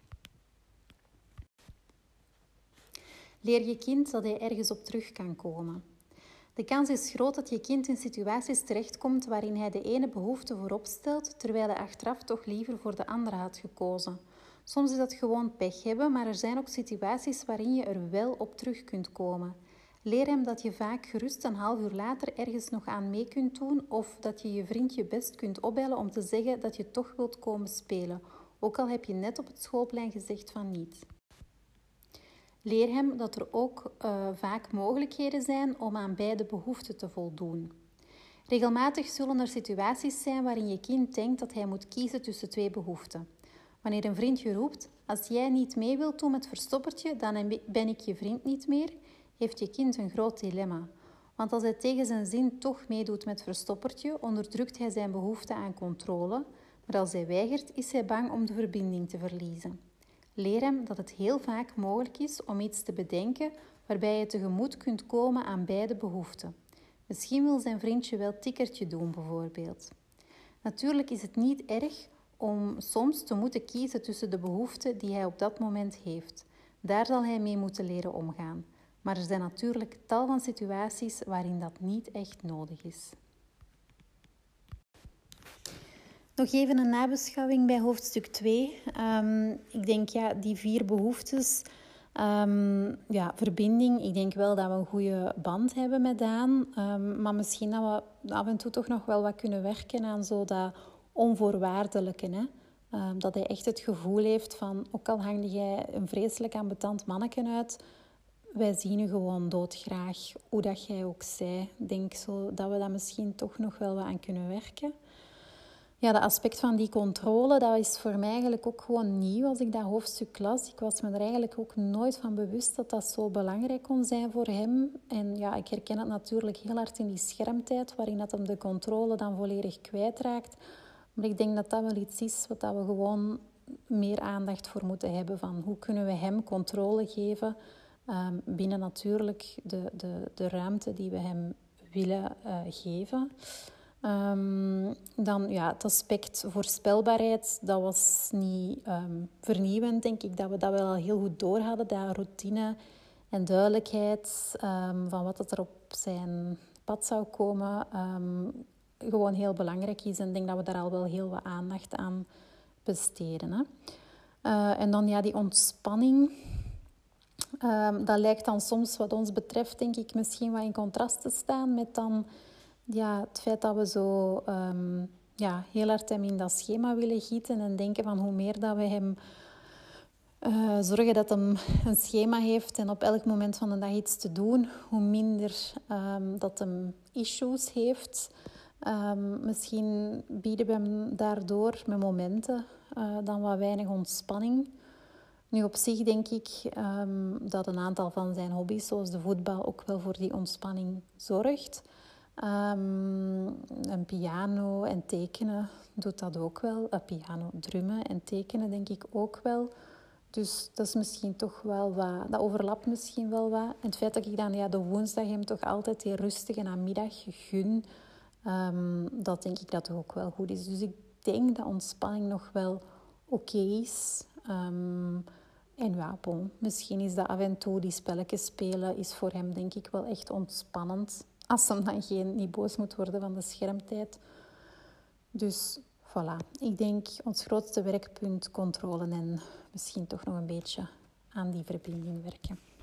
Leer je kind dat hij ergens op terug kan komen. De kans is groot dat je kind in situaties terechtkomt waarin hij de ene behoefte voorop stelt, terwijl hij achteraf toch liever voor de andere had gekozen. Soms is dat gewoon pech hebben, maar er zijn ook situaties waarin je er wel op terug kunt komen. Leer hem dat je vaak gerust een half uur later ergens nog aan mee kunt doen of dat je je vriendje best kunt opbellen om te zeggen dat je toch wilt komen spelen, ook al heb je net op het schoolplein gezegd van niet. Leer hem dat er ook uh, vaak mogelijkheden zijn om aan beide behoeften te voldoen. Regelmatig zullen er situaties zijn waarin je kind denkt dat hij moet kiezen tussen twee behoeften. Wanneer een vriendje roept, als jij niet mee wilt doen met verstoppertje, dan ben ik je vriend niet meer, heeft je kind een groot dilemma. Want als hij tegen zijn zin toch meedoet met verstoppertje, onderdrukt hij zijn behoefte aan controle, maar als hij weigert, is hij bang om de verbinding te verliezen. Leer hem dat het heel vaak mogelijk is om iets te bedenken waarbij je tegemoet kunt komen aan beide behoeften. Misschien wil zijn vriendje wel tikkertje doen bijvoorbeeld. Natuurlijk is het niet erg om soms te moeten kiezen tussen de behoeften die hij op dat moment heeft. Daar zal hij mee moeten leren omgaan. Maar er zijn natuurlijk tal van situaties waarin dat niet echt nodig is. Nog even een nabeschouwing bij hoofdstuk twee. Um, ik denk, ja, die vier behoeftes. Um, ja, verbinding. Ik denk wel dat we een goede band hebben met Daan. Um, maar misschien dat we af en toe toch nog wel wat kunnen werken aan zo dat onvoorwaardelijke. Hè? Um, dat hij echt het gevoel heeft van, ook al hangde jij een vreselijk ambetant manneken uit, wij zien u gewoon doodgraag, hoe dat jij ook zei. Ik denk zo dat we daar misschien toch nog wel wat aan kunnen werken. Ja, dat aspect van die controle, dat is voor mij eigenlijk ook gewoon nieuw als ik dat hoofdstuk las. Ik was me er eigenlijk ook nooit van bewust dat dat zo belangrijk kon zijn voor hem. En ja, ik herken het natuurlijk heel hard in die schermtijd, waarin dat hem de controle dan volledig kwijtraakt. Maar ik denk dat dat wel iets is wat we gewoon meer aandacht voor moeten hebben. Van hoe kunnen we hem controle geven, um, binnen natuurlijk de, de, de ruimte die we hem willen uh, geven. Um, dan ja, het aspect voorspelbaarheid, dat was niet um, vernieuwend, denk ik, dat we dat wel al heel goed door hadden. Dat routine en duidelijkheid um, van wat er op zijn pad zou komen, um, gewoon heel belangrijk is. En ik denk dat we daar al wel heel wat aandacht aan besteden. Hè. Uh, en dan ja, die ontspanning. Um, dat lijkt dan soms wat ons betreft, denk ik, misschien wat in contrast te staan met dan ja, het feit dat we zo um, ja, heel hard hem in dat schema willen gieten en denken van hoe meer dat we hem uh, zorgen dat hij een schema heeft en op elk moment van de dag iets te doen, hoe minder um, dat hem issues heeft. Um, misschien bieden we hem daardoor met momenten uh, dan wat weinig ontspanning. Nu op zich denk ik um, dat een aantal van zijn hobby's, zoals de voetbal, ook wel voor die ontspanning zorgt. Um, een piano en tekenen doet dat ook wel. Een piano, drummen en tekenen denk ik ook wel. Dus dat is misschien toch wel wat... Dat overlapt misschien wel wat. En het feit dat ik dan ja, de woensdag hem toch altijd die rustige namiddag gun, um, dat denk ik dat toch ook wel goed is. Dus ik denk dat ontspanning nog wel oké okay is. Um, en ja, bon, misschien is dat af en toe die spelletjes spelen is voor hem denk ik wel echt ontspannend. Als hem dan geen, niet boos moet worden van de schermtijd. Dus voilà. Ik denk ons grootste werkpunt controle en misschien toch nog een beetje aan die verbinding werken.